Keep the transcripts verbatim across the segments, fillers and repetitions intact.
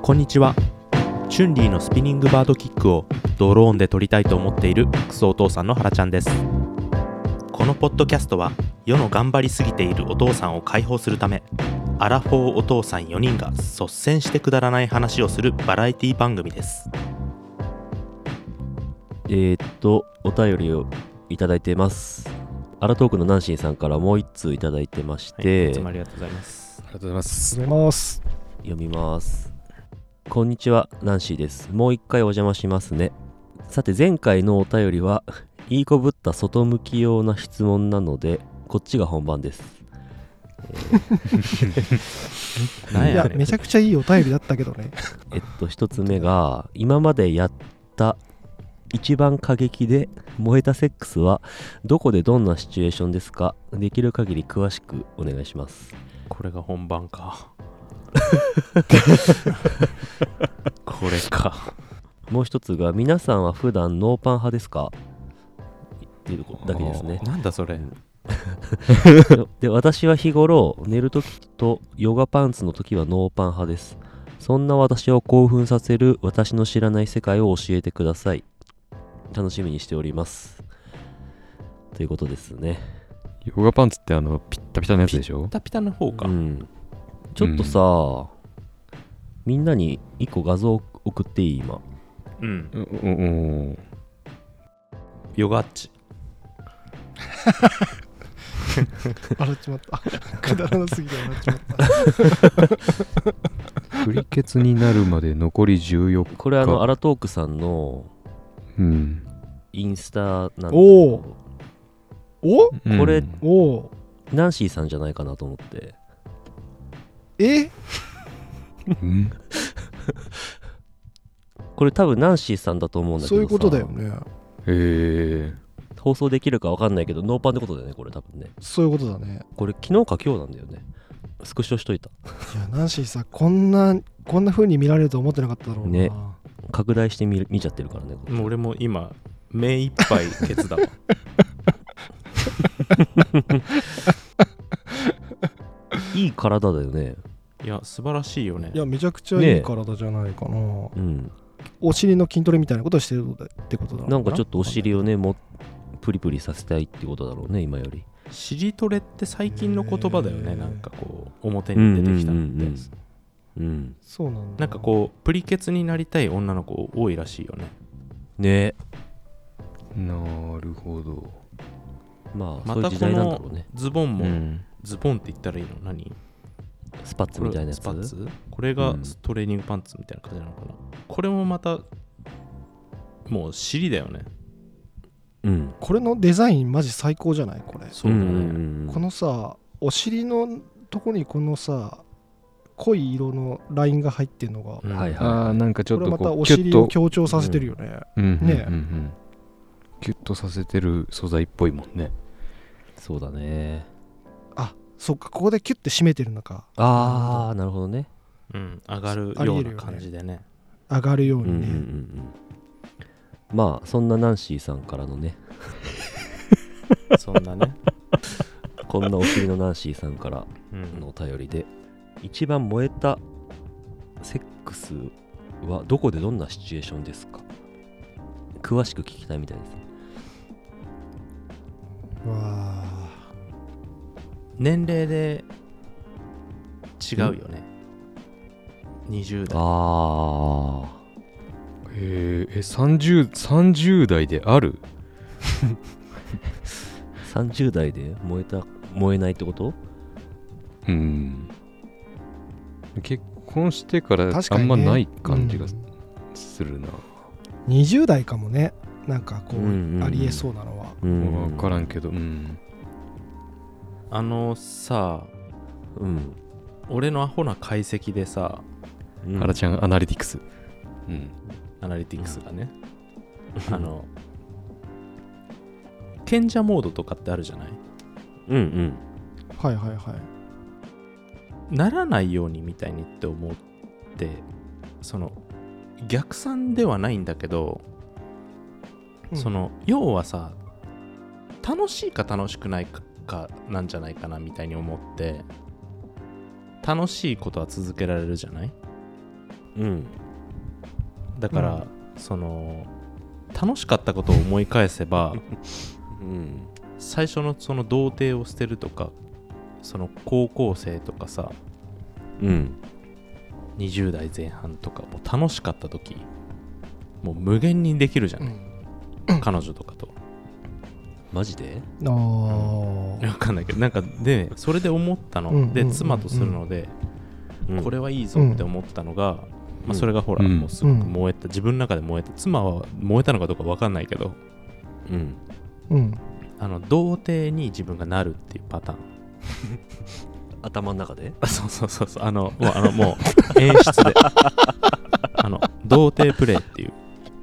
こんにちは。チュンリーのスピニングバードキックをドローンで撮りたいと思っているクソお父さんの原ちゃんです。このポッドキャストは世の頑張りすぎているお父さんを解放するため、アラフォーお父さんよにんが率先してくだらない話をするバラエティ番組です。 えーっとお便りをいただいてます。アラトークのナンシーさんからもう一通いただいてまして、 はい、いつもありがとうございます。 ありがとうございます。 ありがとうございます。 読みます。こんにちは、ナンシーです。もう一回お邪魔しますね。さて前回のお便りはいいこぶった外向き用な質問なのでこっちが本番です。 えー、なんいややねんめちゃくちゃいいお便りだったけどね。 えっと一つ目が、今までやった一番過激で燃えたセックスはどこでどんなシチュエーションですか？できる限り詳しくお願いします。 これが本番か。これか。 もう一つが、皆さんは普段ノーパン派ですか？っていうだけですね。 なんだそれ。 で、私は日頃寝るときとヨガパンツのときはノーパン派です。そんな私を興奮させる私の知らない世界を教えてください。楽しみにしております。ということですね。 ヨガパンツってあのピッタピタのやつでしょ？ ピタピタの方か。 うん。ちょっとさ、うん、みんなに一個画像送っていい？今。 うん。 うんうんうん。 ヨガッチ。 笑っちまった。くだらなすぎて笑っちまった。 プリケツになるまで残りじゅうよっか。 これあのアラトークさんのインスタなんだけど、 おお、 これ、 おお、 ナンシーさんじゃないかなと思って。 えうんこれ多分ナンシーさんだと思うんだけどさ。 そういうことだよね。 へえ。 放送できるか分かんないけどノーパンってことだよね、これ多分ね。 そういうことだね。 これ昨日か今日なんだよね。スクショしといた。 いやナンシーさ、こんなこんな風に見られると思ってなかっただろうな。 ね、拡大して 見, 見ちゃってるからね。 もう俺も今目いっぱいケツだわ。 いい体だよね。 いや素晴らしいよね。 いやめちゃくちゃいい体じゃないかな、ね、 うん。 お尻の筋トレみたいなことをしてるってことだろうな。 なんかちょっとお尻をねもプリプリさせたいってことだろうね、今より。 尻トレって最近の言葉だよね。なんかこう表に出てきたのって、うんうんうんうん、 そうなんだ。 なんかこうプリケツになりたい女の子多いらしいよね。 ね。 なるほど。 まあまたこそういう時代なんだろうのね。 ズボンも、 うん、 ズボンって言ったらいいの？何？ スパッツみたいなやつ。 スパッツ？これがトレーニングパンツみたいな感じなのかな、うん、これもまたもう尻だよね。 うん。 これのデザインマジ最高じゃない？これそうだね、うんうん、このさお尻のとこにこのさ濃い色のラインが入ってるのが、 うん、はいはい、 あーなんかちょっとこうこれまたお尻を強調させてるよね、 うん、 ね、 うんうん、キュッとさせてる素材っぽいもんね。 そうだね。 あ、そっか、ここでキュッて締めてるのか。 ああ、なるほどね。 うん、上がるような感じでね。 上がるようにね、 うんうんうんうん、まあそんなナンシーさんからのねそんなねこんなお尻のナンシーさんからのお便りで、うん、一番燃えたセックスはどこでどんなシチュエーションですか？詳しく聞きたいみたいです。 わあ、 年齢で違うよね、うん、にじゅうだい。 ああ、 へえ、さんじゅう、さんじゅう代であるさんじゅう代で燃えた燃えないってこと？ うん、結婚してから確かにね、 あんまない感じがするな、 うん、にじゅう代かもね。なんかこう、 うんうんうん、 ありえそうなのは、 うん、分からんけど、うん、 あのさ、 うん、 俺のアホな解析でさ、 うん、原ちゃんアナリティクス、 うん、アナリティクスがね、うん、あの賢者モードとかってあるじゃない？ うんうん、 はいはいはい。 ならないようにみたいにって思って、その逆算ではないんだけど、うん、その要はさ、楽しいか楽しくないかなんじゃないかなみたいに思って、楽しいことは続けられるじゃない？ うんだから、うん、その楽しかったことを思い返せば、うん、最初のその童貞を捨てるとかその高校生とかさ、うん、にじゅう代前半とかもう楽しかった時もう無限にできるじゃない、うん、彼女とかとマジであー、 うん、分かんないけどなんかでそれで思ったの、うん、で妻とするので、うん、これはいいぞって思ったのが、うんまあ、それがほら、うん、もうすごく燃えた、自分の中で燃えた妻は燃えたのかどうか分かんないけど、うんうん、あの童貞に自分がなるっていうパターン頭の中でそうそうそうそうあのもうあのもう演出であの童貞プレイっていう、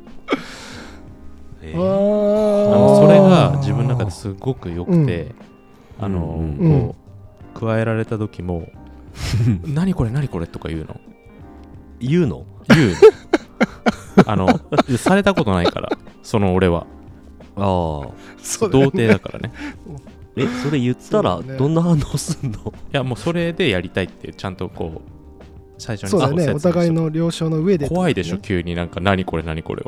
えー、あのそれが自分の中ですごく良くて、うん、あの、うん、こう加えられた時も何これ何これとか言うの言うの言うのあのされたことないからその俺はああ童貞だからねえそれ言ったらどんな反応すんの、ね、 いやもうそれでやりたいってちゃんとこう最初にそうだねお互いの了承の上で、ね、 怖いでしょ急になんか何これ何これは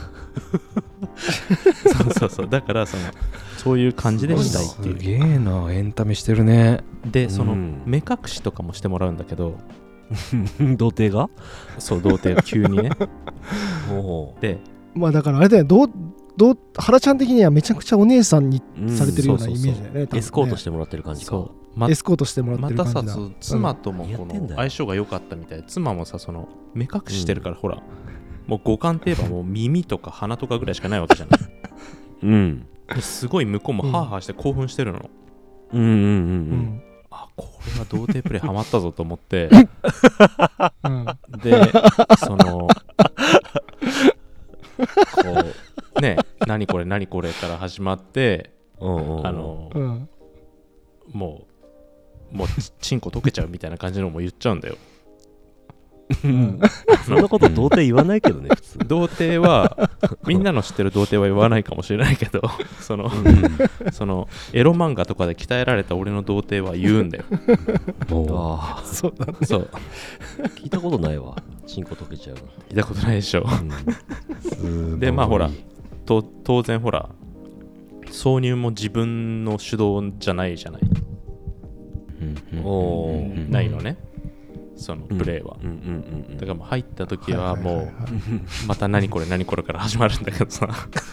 そうそうそうだからそのそういう感じでしたいっていうすげえなエンタメしてるねでその、うん、目隠しとかもしてもらうんだけど童貞がそう童貞が急にねおでまあだからあれだよどうどう原ちゃん的にはめちゃくちゃお姉さんにされてるようなイメージだよね、うん、そうそうそうねエスコートしてもらってる感じかそう、 ま、エスコートしてもらってる感じだまたさ妻ともこの相性が良かったみたいで妻もさその目隠ししてるから、うん、ほらもう五感といえばもう耳とか鼻とかぐらいしかないわけじゃないうんすごい向こうもハーハーして興奮してるの、うん、うんうんうんうんあこれは童貞プレイハマったぞと思って、うん、でそのこうね何これ何これから始まって、うんうん、あの、うん、もうもうチンコ溶けちゃうみたいな感じのも言っちゃうんだようん、そんなこと童貞言わないけどね普通童貞はみんなの知ってる童貞は言わないかもしれないけどその、うん、そのエロ漫画とかで鍛えられた俺の童貞は言うんだよああそうだねそう聞いたことないわチンコ溶けちゃう聞いたことないでしょ、うん、でまあほらと当然ほら挿入も自分の主導じゃないじゃない、うんうん、おないのねそのプレイは、うんうんうんうん、だからもう入った時はもうまた何これ何これから始まるんだけどさ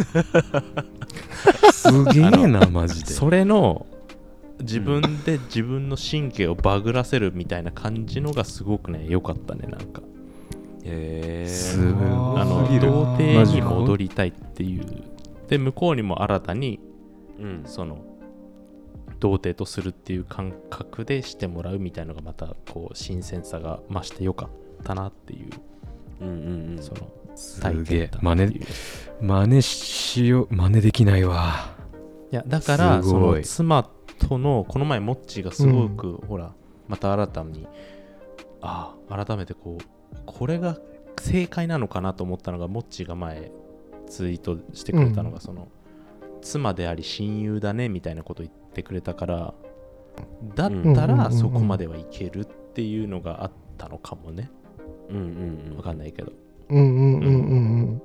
すげえなマジでそれの自分で自分の神経をバグらせるみたいな感じのがすごくね良かったねなんかへえすごいあの童貞に戻りたいっていうで向こうにも新たに、うん、その童貞とするっていう感覚でしてもらうみたいなのがまたこう新鮮さが増してよかったなっていう、うんうんうん、その体験だ真似真似しよう真似できないわいやだからその妻とのこの前モッチーがすごく、うん、ほらまた新たにああ改めてこうこれが正解なのかなと思ったのがモッチーが前ツイートしてくれたのが、うん、その妻であり親友だねみたいなこと言ってくれたからだったらそこまではいけるっていうのがあったのかもねうんうんうんわかんないけどうんうんうんうんうん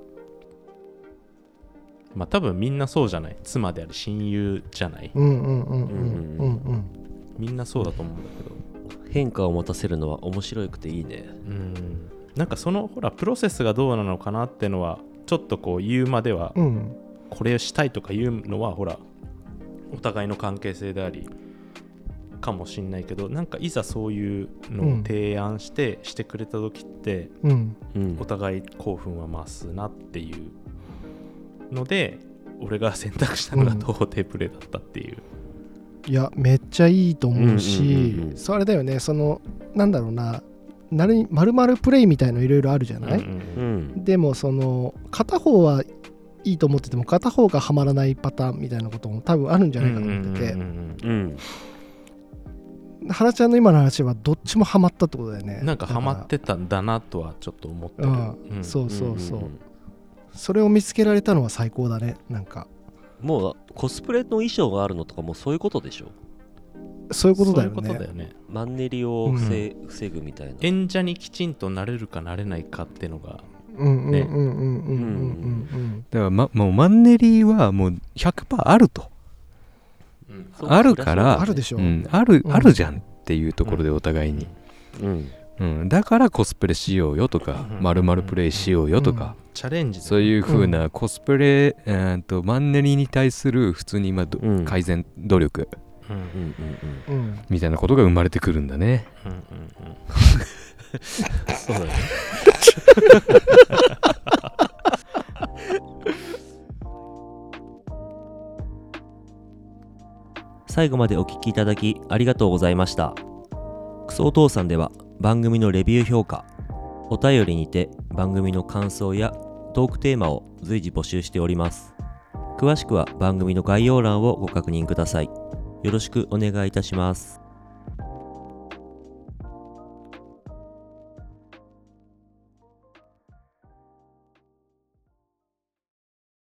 まあ多分みんなそうじゃない妻であり親友じゃないうんうんうんうんうんみんなそうだと思うんだけど変化を持たせるのは面白くていいねうんなんかそのほらプロセスがどうなのかなってのはちょっとこう言うまでは、うん、これをしたいとかいうのはほらお互いの関係性でありかもしんないけどなんかいざそういうのを提案して、うん、してくれた時って、うんうん、お互い興奮は増すなっていうので俺が選択したのが童貞プレイだったっていう、 うん、いやめっちゃいいと思うし、うんうんうんうん、それだよねそのなんだろうな丸々プレイみたいのいろいろあるじゃない、うんうんうん、でもその片方はいいと思ってても片方がハマらないパターンみたいなことも多分あるんじゃないかと思ってて、うんうんうん、原ちゃんの今の話はどっちもハマったってことだよねなんかハマってたんだなとはちょっと思ってる、うんうん、そうそうそう、うんうんうん、それを見つけられたのは最高だねなんかもうコスプレの衣装があるのとかもそういうことでしょそういうことだよね。 そういうことだよね。 マンネリを防,、うん、防ぐみたいな。 演者にきちんとなれるかなれないかっていうのがうんうんうんうんうんうんうんだから、ま、もうマンネリはもう ひゃくパーセント あると、うん、あるからあるでしょ、 うん、ある、うん、あるじゃんっていうところでお互いに、うんうん、だからコスプレしようよとか、まるまるプレイしようよとか、 うん、チャレンジ、 そういう風なコスプレ、えー、とマンネリに対する普通に今、うん、改善努力、うんうんうんうん、みたいなことが生まれてくるんだね。うんうんうんそうだね最後までお聞きいただきありがとうございました。クソお父さんでは番組のレビュー評価、お便りにて番組の感想やトークテーマを随時募集しております。詳しくは番組の概要欄をご確認ください。よろしくお願いいたします。